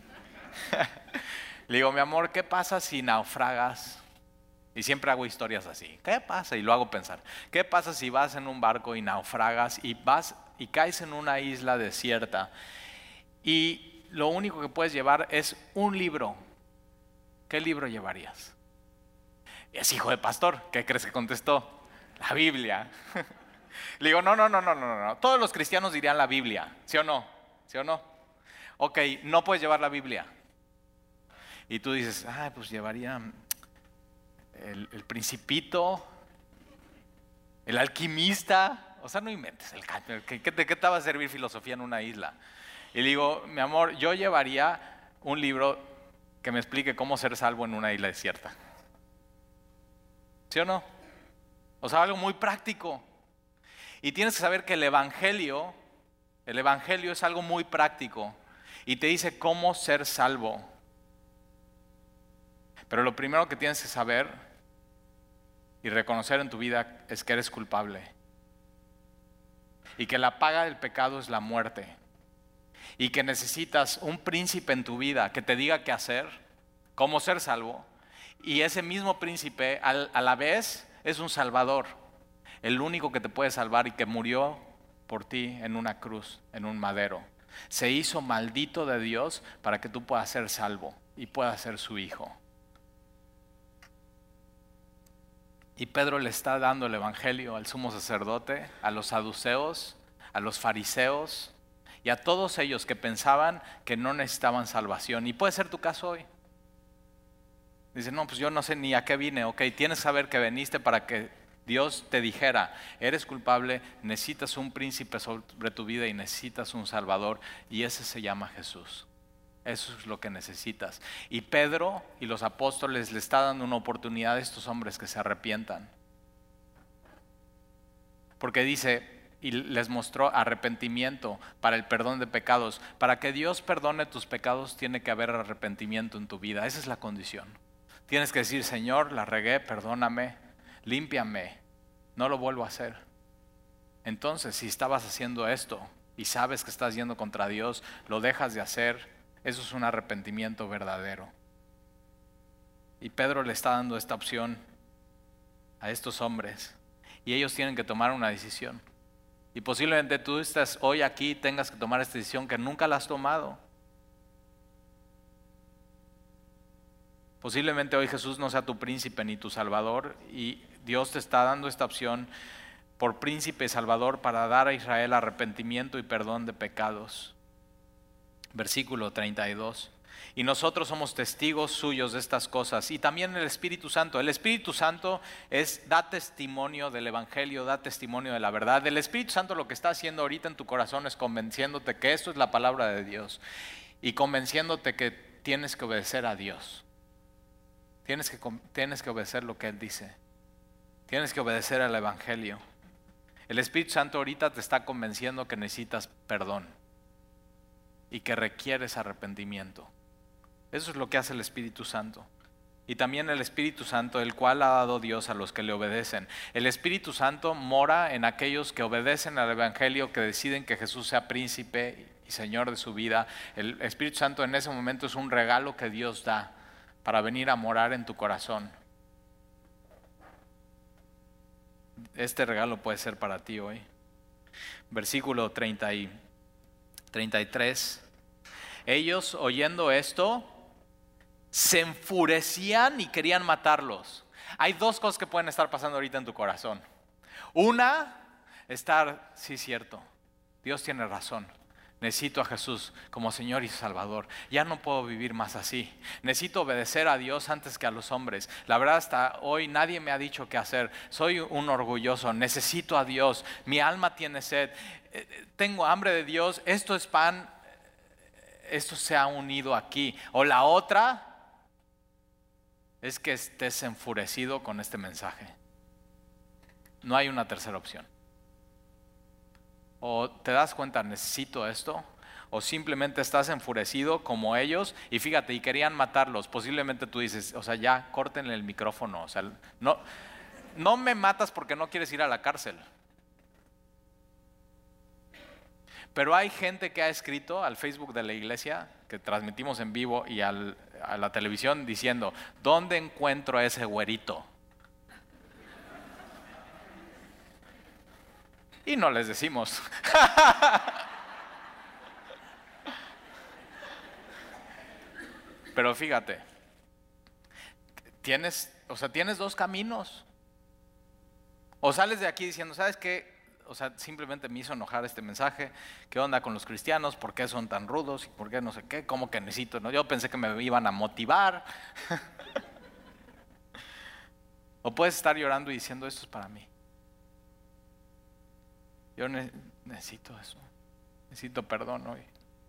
Le digo, mi amor, ¿qué pasa si naufragas? Y siempre hago historias así. ¿Qué pasa? Y lo hago pensar. ¿Qué pasa si vas en un barco y naufragas y vas y caes en una isla desierta y lo único que puedes llevar es un libro? ¿Qué libro llevarías? Es hijo de pastor. ¿Qué crees que contestó? La Biblia. Le digo, no. Todos los cristianos dirían la Biblia. ¿Sí o no? ¿Sí o no? Ok, no puedes llevar la Biblia. Y tú dices, pues llevaría el Principito, el Alquimista. O sea, no inventes, ¿de qué te va a servir filosofía en una isla? Y le digo, mi amor, yo llevaría un libro que me explique cómo ser salvo en una isla desierta. ¿Sí o no? O sea, algo muy práctico. Y tienes que saber que el Evangelio es algo muy práctico. Y te dice cómo ser salvo. Pero lo primero que tienes que saber y reconocer en tu vida es que eres culpable. Y que la paga del pecado es la muerte. Y que necesitas un príncipe en tu vida que te diga qué hacer, cómo ser salvo. Y ese mismo príncipe a la vez es un salvador. El único que te puede salvar y que murió por ti en una cruz, en un madero. Se hizo maldito de Dios para que tú puedas ser salvo y puedas ser su hijo. Y Pedro le está dando el evangelio al sumo sacerdote, a los saduceos, a los fariseos y a todos ellos que pensaban que no necesitaban salvación. Y puede ser tu caso hoy. Dice, no, pues yo no sé ni a qué vine. Ok, tienes que saber que viniste para que Dios te dijera, eres culpable, necesitas un príncipe sobre tu vida y necesitas un salvador. Y ese se llama Jesús. Eso es lo que necesitas. Y Pedro y los apóstoles le están dando una oportunidad a estos hombres que se arrepientan. Porque dice, y les mostró arrepentimiento para el perdón de pecados. Para que Dios perdone tus pecados tiene que haber arrepentimiento en tu vida. Esa es la condición. Tienes que decir, Señor, la regué, perdóname, límpiame, no lo vuelvo a hacer. Entonces, si estabas haciendo esto y sabes que estás yendo contra Dios, lo dejas de hacer. Eso es un arrepentimiento verdadero. Y Pedro le está dando esta opción a estos hombres. Y ellos tienen que tomar una decisión. Y posiblemente tú estás hoy aquí y tengas que tomar esta decisión que nunca la has tomado. Posiblemente hoy Jesús no sea tu príncipe ni tu salvador. Y Dios te está dando esta opción por príncipe y salvador para dar a Israel arrepentimiento y perdón de pecados. Versículo 32. Y nosotros somos testigos suyos de estas cosas. Y también el Espíritu Santo. El Espíritu Santo da testimonio del Evangelio, da testimonio de la verdad. El Espíritu Santo lo que está haciendo ahorita en tu corazón es convenciéndote que esto es la palabra de Dios. Y convenciéndote que tienes que obedecer a Dios. Tienes que obedecer lo que Él dice. Tienes que obedecer al Evangelio. El Espíritu Santo ahorita te está convenciendo que necesitas perdón. Y que requieres arrepentimiento. Eso es lo que hace el Espíritu Santo. Y también el Espíritu Santo, el cual ha dado Dios a los que le obedecen. El Espíritu Santo mora en aquellos que obedecen al Evangelio, que deciden que Jesús sea príncipe y Señor de su vida. El Espíritu Santo en ese momento es un regalo que Dios da para venir a morar en tu corazón. Este regalo puede ser para ti hoy. Versículo 33. Ellos, oyendo esto, se enfurecían y querían matarlos. Hay dos cosas que pueden estar pasando ahorita en tu corazón. Una, sí, cierto, Dios tiene razón. Necesito a Jesús como Señor y Salvador. Ya no puedo vivir más así. Necesito obedecer a Dios antes que a los hombres. La verdad, hasta hoy nadie me ha dicho qué hacer. Soy un orgulloso. Necesito a Dios. Mi alma tiene sed. Tengo hambre de Dios. Esto es pan. Esto se ha unido aquí. O la otra es que estés enfurecido con este mensaje. No hay una tercera opción. O te das cuenta, necesito esto, o simplemente estás enfurecido como ellos, y fíjate, y querían matarlos. Posiblemente tú dices, o sea, ya córtenle el micrófono, o sea, no me matas porque no quieres ir a la cárcel. Pero hay gente que ha escrito al Facebook de la iglesia, que transmitimos en vivo, y a la televisión diciendo, ¿dónde encuentro a ese güerito? Y no les decimos. Pero fíjate, tienes dos caminos. O sales de aquí diciendo, ¿sabes qué? o sea, simplemente me hizo enojar este mensaje. ¿Qué onda con los cristianos? ¿Por qué son tan rudos? ¿Y por qué no sé qué? ¿Cómo que necesito? ¿No? Yo pensé que me iban a motivar. O puedes estar llorando y diciendo, esto es para mí. Yo necesito eso. Necesito perdón hoy.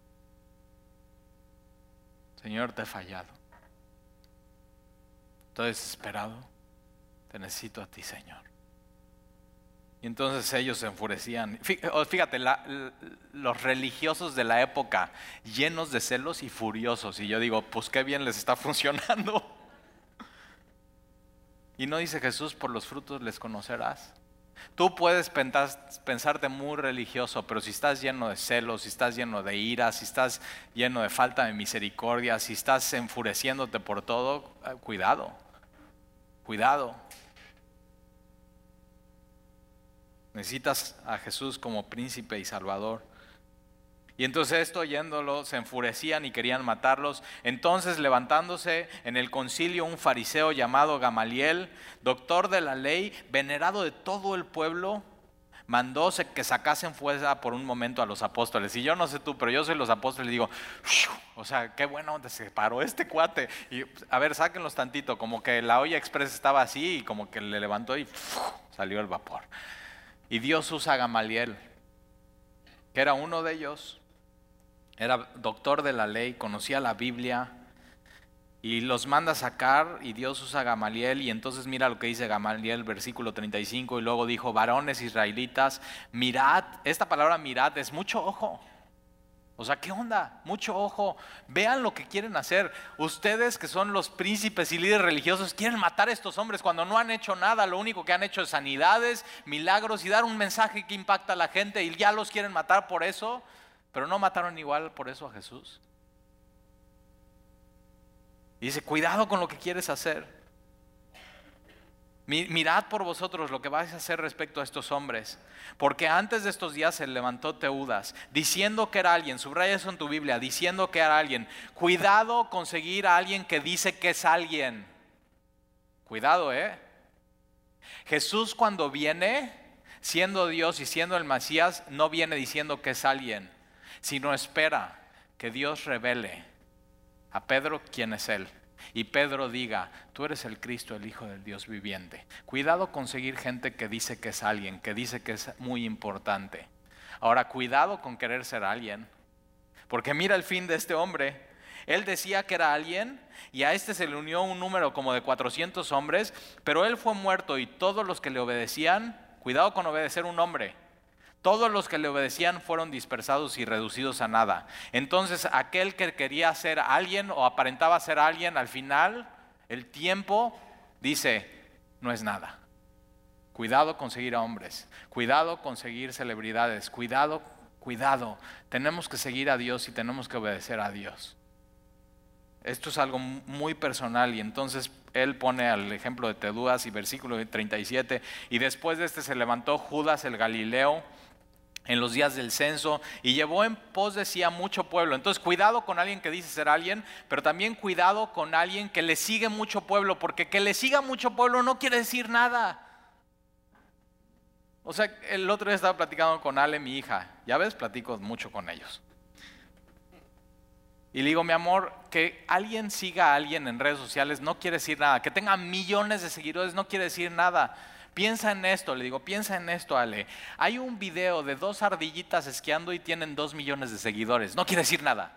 Señor, te he fallado. Estoy desesperado. Te necesito a ti, Señor. Y entonces ellos se enfurecían. Fíjate, los religiosos de la época, llenos de celos y furiosos. Y yo digo, pues qué bien les está funcionando. Y no dice Jesús, por los frutos les conocerás. Tú puedes pensarte muy religioso, pero si estás lleno de celos, si estás lleno de ira, si estás lleno de falta de misericordia, si estás enfureciéndote por todo, cuidado, cuidado. Necesitas a Jesús como príncipe y salvador. Y entonces esto, oyéndolo, se enfurecían y querían matarlos. Entonces, levantándose en el concilio un fariseo llamado Gamaliel, doctor de la ley, venerado de todo el pueblo, mandó que sacasen fuera por un momento a los apóstoles. Y yo no sé tú, pero yo soy los apóstoles y digo, o sea, qué bueno se paró este cuate. Y a ver, sáquenlos tantito, como que la olla express estaba así y como que le levantó y salió el vapor. Y Dios usa a Gamaliel, que era uno de ellos. Era doctor de la ley, conocía la Biblia y los manda a sacar, y Dios usa a Gamaliel. Y entonces mira lo que dice Gamaliel, versículo 35, y luego dijo, varones israelitas, mirad, esta palabra mirad es mucho ojo. O sea, ¿qué onda? Mucho ojo. Vean lo que quieren hacer. Ustedes que son los príncipes y líderes religiosos quieren matar a estos hombres cuando no han hecho nada. Lo único que han hecho es sanidades, milagros y dar un mensaje que impacta a la gente, y ya los quieren matar por eso. Pero no mataron igual por eso a Jesús. Y dice, cuidado con lo que quieres hacer. Mirad por vosotros lo que vais a hacer respecto a estos hombres. Porque antes de estos días se levantó Teudas, diciendo que era alguien, subraya eso en tu Biblia, diciendo que era alguien. Cuidado con seguir a alguien que dice que es alguien. Cuidado, Jesús, cuando viene, siendo Dios y siendo el Mesías, no viene diciendo que es alguien, sino espera que Dios revele a Pedro quién es Él. Y Pedro diga, tú eres el Cristo, el Hijo del Dios viviente. Cuidado con seguir gente que dice que es alguien, que dice que es muy importante. Ahora, cuidado con querer ser alguien. Porque mira el fin de este hombre. Él decía que era alguien, y a este se le unió un número como de 400 hombres, pero él fue muerto, y todos los que le obedecían, cuidado con obedecer un hombre, todos los que le obedecían fueron dispersados y reducidos a nada. Entonces aquel que quería ser alguien o aparentaba ser alguien, al final el tiempo dice, no es nada. Cuidado con seguir a hombres, cuidado con seguir celebridades, cuidado. Tenemos que seguir a Dios y tenemos que obedecer a Dios. Esto es algo muy personal, y entonces él pone al ejemplo de Teudas y versículo 37, y después de este se levantó Judas el Galileo en los días del censo y llevó en pos de sí a mucho pueblo. Entonces cuidado con alguien que dice ser alguien, pero también cuidado con alguien que le sigue mucho pueblo, porque que le siga mucho pueblo no quiere decir nada. O sea, el otro día estaba platicando con Ale, mi hija, ya ves, platico mucho con ellos. Y le digo, mi amor, que alguien siga a alguien en redes sociales no quiere decir nada, que tenga millones de seguidores no quiere decir nada. Piensa en esto, le digo, piensa en esto, Ale. Hay un video de 2 ardillitas esquiando y tienen 2 millones de seguidores. No quiere decir nada.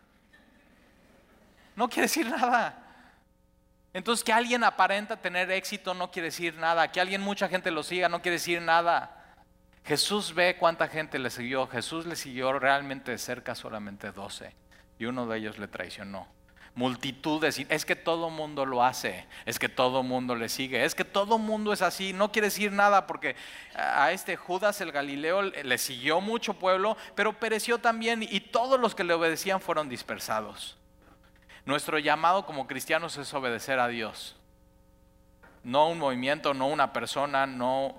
No quiere decir nada. Entonces, que alguien aparenta tener éxito no quiere decir nada. Que mucha gente lo siga no quiere decir nada. Jesús ve cuánta gente le siguió. Jesús le siguió realmente de cerca solamente 12. Y uno de ellos le traicionó. Multitudes, es que todo mundo lo hace, es que todo mundo le sigue, es que todo mundo es así. No quiere decir nada, porque a este Judas el Galileo le siguió mucho pueblo, pero pereció también, y todos los que le obedecían fueron dispersados. Nuestro llamado como cristianos es obedecer a Dios, no un movimiento, no una persona, no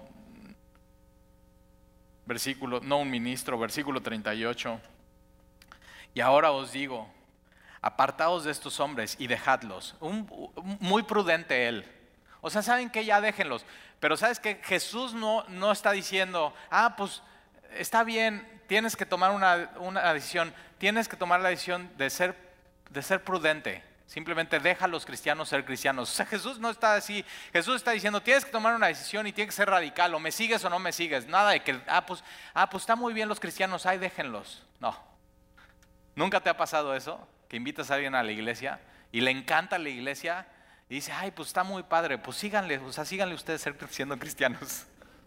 un ministro. Versículo 38. Y ahora os digo, apartaos de estos hombres y dejadlos. Muy prudente él. O sea, ¿saben qué? Ya déjenlos. Pero ¿sabes qué? Jesús no está diciendo, pues está bien, tienes que tomar una decisión, tienes que tomar la decisión de ser prudente. Simplemente deja a los cristianos ser cristianos. O sea, Jesús no está así. Jesús está diciendo, tienes que tomar una decisión y tiene que ser radical. O me sigues o no me sigues. Nada de que, pues está muy bien los cristianos, déjenlos. No. ¿Nunca te ha pasado eso? Que invitas a alguien a la iglesia y le encanta la iglesia y dice, pues está muy padre, pues síganle, o sea, síganle ustedes siendo cristianos.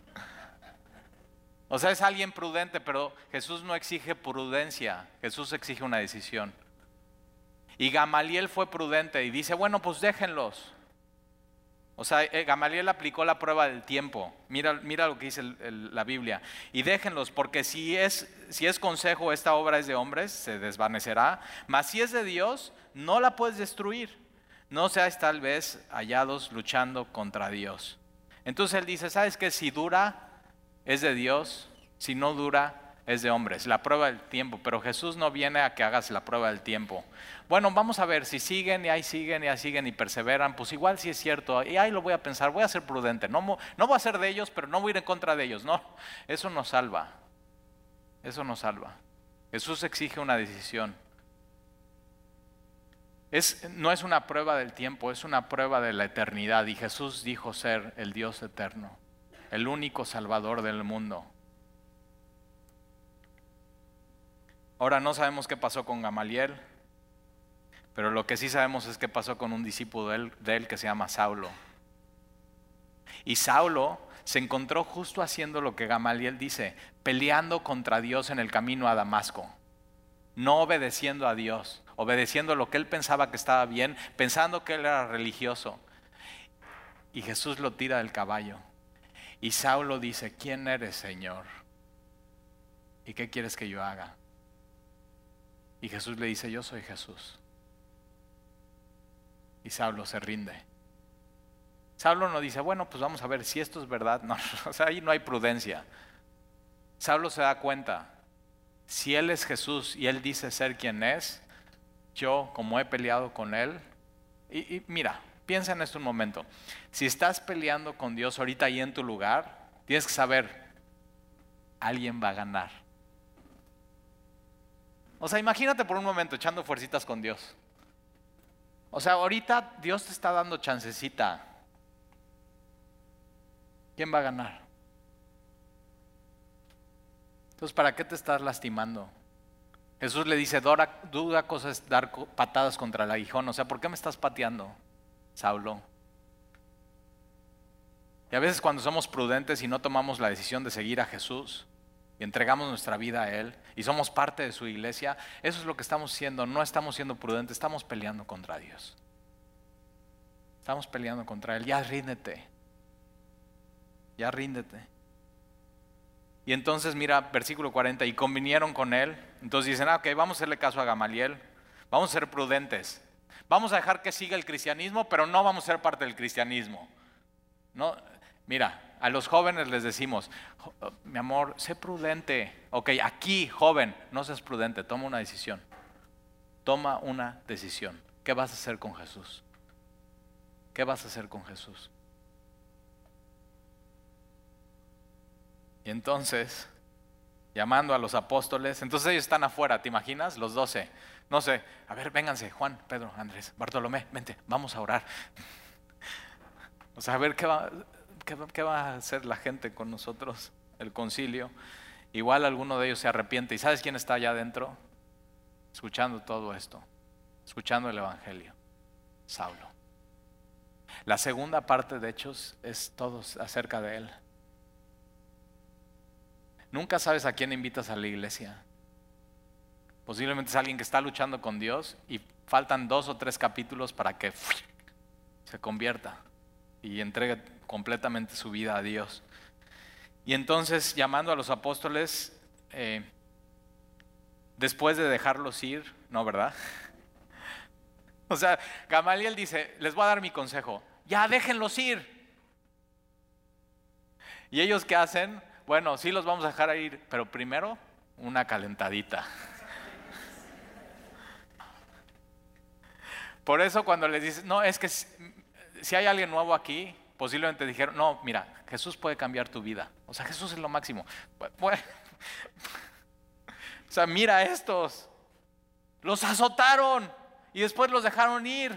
O sea, es alguien prudente, pero Jesús no exige prudencia, Jesús exige una decisión. Y Gamaliel fue prudente y dice, bueno, pues déjenlos. O sea, Gamaliel aplicó la prueba del tiempo. Mira lo que dice la Biblia. Y déjenlos, porque si es consejo, esta obra es de hombres, se desvanecerá. Mas si es de Dios, no la puedes destruir. No seáis tal vez hallados luchando contra Dios. Entonces él dice, ¿sabes qué? Si dura, es de Dios. Si no dura, es de hombres. La prueba del tiempo. Pero Jesús no viene a que hagas la prueba del tiempo. Bueno, vamos a ver, si siguen y perseveran, pues igual sí es cierto. Y ahí lo voy a pensar, voy a ser prudente. No voy a ser de ellos, pero no voy a ir en contra de ellos. No, eso no salva. Eso no salva. Jesús exige una decisión. No es una prueba del tiempo, es una prueba de la eternidad. Y Jesús dijo ser el Dios eterno, el único Salvador del mundo. Ahora no sabemos qué pasó con Gamaliel, pero lo que sí sabemos es qué pasó con un discípulo de él que se llama Saulo. Y Saulo se encontró justo haciendo lo que Gamaliel dice, peleando contra Dios en el camino a Damasco. No obedeciendo a Dios, obedeciendo lo que él pensaba que estaba bien, pensando que él era religioso. Y Jesús lo tira del caballo. Y Saulo dice, ¿quién eres, Señor? ¿Y qué quieres que yo haga? Y Jesús le dice, yo soy Jesús. Y Saulo se rinde. Saulo no dice, bueno, pues vamos a ver si esto es verdad. No, o sea, ahí no hay prudencia. Saulo se da cuenta, si él es Jesús y él dice ser quien es, yo como he peleado con él, y mira, piensa en esto un momento. Si estás peleando con Dios ahorita ahí en tu lugar, tienes que saber, alguien va a ganar. O sea, imagínate por un momento echando fuercitas con Dios. O sea, ahorita Dios te está dando chancecita. ¿Quién va a ganar? Entonces, ¿para qué te estás lastimando? Jesús le dice, dura cosa es dar patadas contra el aguijón. O sea, ¿por qué me estás pateando, Saulo? Y a veces cuando somos prudentes y no tomamos la decisión de seguir a Jesús y entregamos nuestra vida a Él y somos parte de su iglesia, eso es lo que estamos haciendo. No estamos siendo prudentes, estamos peleando contra Dios. Estamos peleando contra Él. Ya ríndete. Ya ríndete. Y entonces mira, versículo 40, y convinieron con él. Entonces dicen, ok, vamos a hacerle caso a Gamaliel, vamos a ser prudentes. Vamos a dejar que siga el cristianismo, pero no vamos a ser parte del cristianismo. No, mira, a los jóvenes les decimos, mi amor, sé prudente. Ok, aquí, joven, no seas prudente, toma una decisión. Toma una decisión. ¿Qué vas a hacer con Jesús? ¿Qué vas a hacer con Jesús? Y entonces, llamando a los apóstoles, entonces ellos están afuera, ¿te imaginas? Los 12. No sé, a ver, vénganse, Juan, Pedro, Andrés, Bartolomé, vente, vamos a orar. O sea, a ver qué va a hacer la gente con nosotros, el concilio. Igual alguno de ellos se arrepiente. ¿Y sabes quién está allá adentro? Escuchando todo esto, escuchando el evangelio. Saulo. La segunda parte de Hechos es todo acerca de él. Nunca sabes a quién invitas a la iglesia. Posiblemente es alguien que está luchando con Dios y faltan 2 o 3 capítulos para que se convierta y entregue completamente su vida a Dios. Y entonces, llamando a los apóstoles, después de dejarlos ir, ¿no, verdad? O sea, Gamaliel dice, les voy a dar mi consejo, ya déjenlos ir. ¿Y ellos qué hacen? Bueno, sí los vamos a dejar ir, pero primero una calentadita. Por eso cuando les dices, no, es que si hay alguien nuevo aquí, posiblemente dijeron, no, mira, Jesús puede cambiar tu vida. O sea, Jesús es lo máximo. O sea, mira a estos. Los azotaron y después los dejaron ir.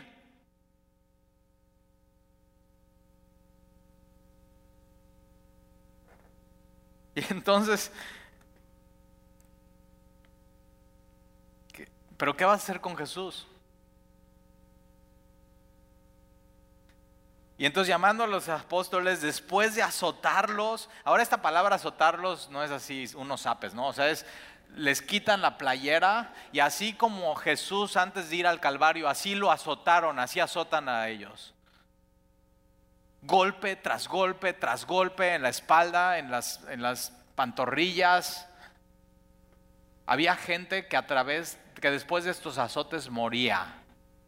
Y entonces, ¿pero qué vas a hacer con Jesús? Y entonces llamando a los apóstoles, después de azotarlos, ahora esta palabra azotarlos no es así, unos zapes, ¿no? O sea, les quitan la playera y así como Jesús antes de ir al Calvario, así lo azotaron, así azotan a ellos. Golpe tras golpe tras golpe en la espalda, en las pantorrillas. Había gente que después de estos azotes moría.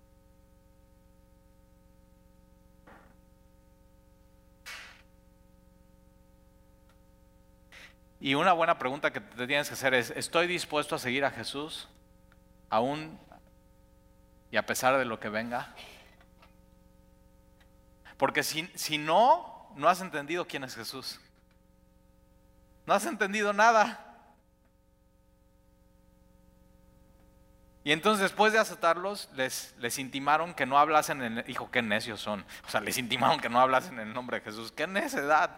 Y una buena pregunta que te tienes que hacer es, ¿estoy dispuesto a seguir a Jesús aún y a pesar de lo que venga? Porque si no has entendido quién es Jesús. No has entendido nada. Y entonces después de azotarlos, les intimaron que no hablasen, hijo, qué necios son. O sea, les intimaron que no hablasen en el nombre de Jesús. ¡Qué necedad!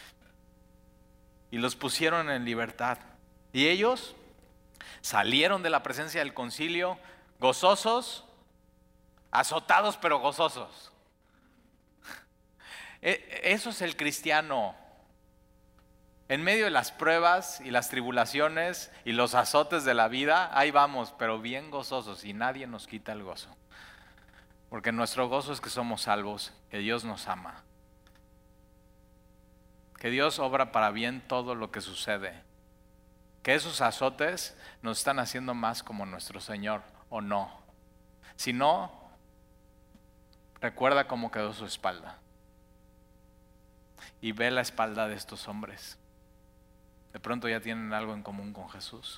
Y los pusieron en libertad. Y ellos salieron de la presencia del concilio gozosos, azotados pero gozosos. Eso es el cristiano. En medio de las pruebas y las tribulaciones y los azotes de la vida, ahí vamos, pero bien gozosos y nadie nos quita el gozo. Porque nuestro gozo es que somos salvos, que Dios nos ama. Que Dios obra para bien todo lo que sucede. Que esos azotes nos están haciendo más como nuestro Señor o no. Si no, recuerda cómo quedó su espalda. Y ve la espalda de estos hombres. De pronto ya tienen algo en común con Jesús.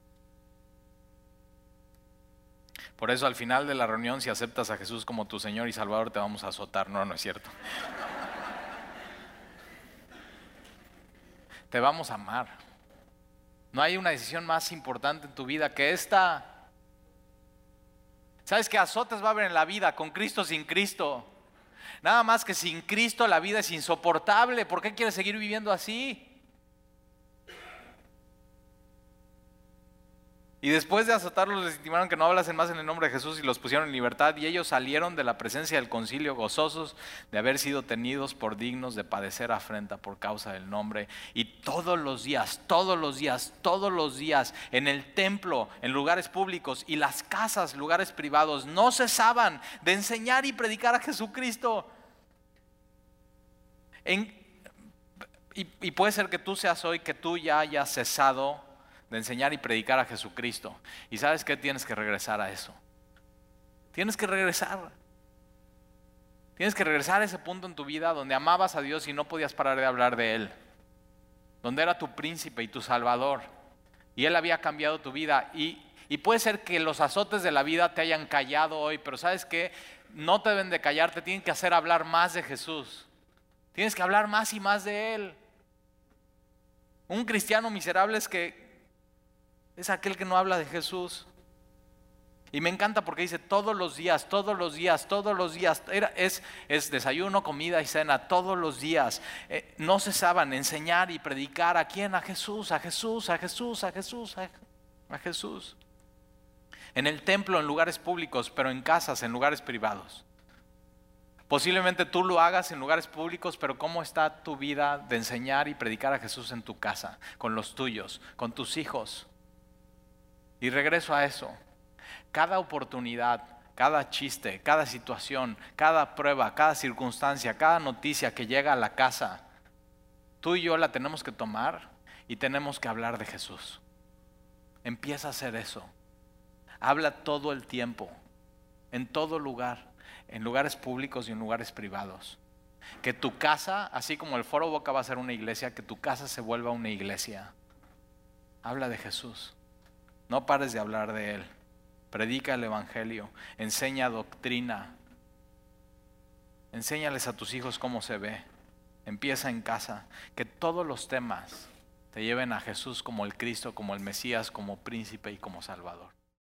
Por eso al final de la reunión, si aceptas a Jesús como tu Señor y Salvador, te vamos a azotar. No, no es cierto. Te vamos a amar. No hay una decisión más importante en tu vida que esta. ¿Sabes qué azotes va a haber en la vida? Con Cristo, sin Cristo. Nada más que sin Cristo la vida es insoportable. ¿Por qué quieres seguir viviendo así? Y después de azotarlos les intimaron que no hablasen más en el nombre de Jesús y los pusieron en libertad. Y ellos salieron de la presencia del concilio gozosos de haber sido tenidos por dignos de padecer afrenta por causa del nombre. Y todos los días, en el templo, en lugares públicos y las casas, lugares privados, no cesaban de enseñar y predicar a Jesucristo. Y puede ser que tú seas hoy, que tú ya hayas cesado de enseñar y predicar a Jesucristo. ¿Y sabes qué? Tienes que regresar a eso. Tienes que regresar. Tienes que regresar a ese punto en tu vida donde amabas a Dios y no podías parar de hablar de Él. Donde era tu príncipe y tu salvador. Y Él había cambiado tu vida. Y puede ser que los azotes de la vida te hayan callado hoy, pero ¿sabes qué? No te deben de callar, te tienen que hacer hablar más de Jesús. Tienes que hablar más y más de Él. Un cristiano miserable es aquel que no habla de Jesús. Y me encanta porque dice todos los días. Es desayuno, comida y cena, todos los días. No cesaban de enseñar y predicar. ¿A quién? A Jesús. En el templo, en lugares públicos, pero en casas, en lugares privados. Posiblemente tú lo hagas en lugares públicos, pero ¿cómo está tu vida de enseñar y predicar a Jesús en tu casa, con los tuyos, con tus hijos? Y regreso a eso. Cada oportunidad, cada chiste, cada situación, cada prueba, cada circunstancia, cada noticia que llega a la casa, tú y yo la tenemos que tomar y tenemos que hablar de Jesús. Empieza a hacer eso. Habla todo el tiempo, en todo lugar, en lugares públicos y en lugares privados. Que tu casa, así como el Foro Boca va a ser una iglesia, que tu casa se vuelva una iglesia. Habla de Jesús. No pares de hablar de Él. Predica el evangelio. Enseña doctrina. Enséñales a tus hijos cómo se ve. empieza en casa. Que todos los temas te lleven a Jesús como el Cristo, como el Mesías, como príncipe y como Salvador.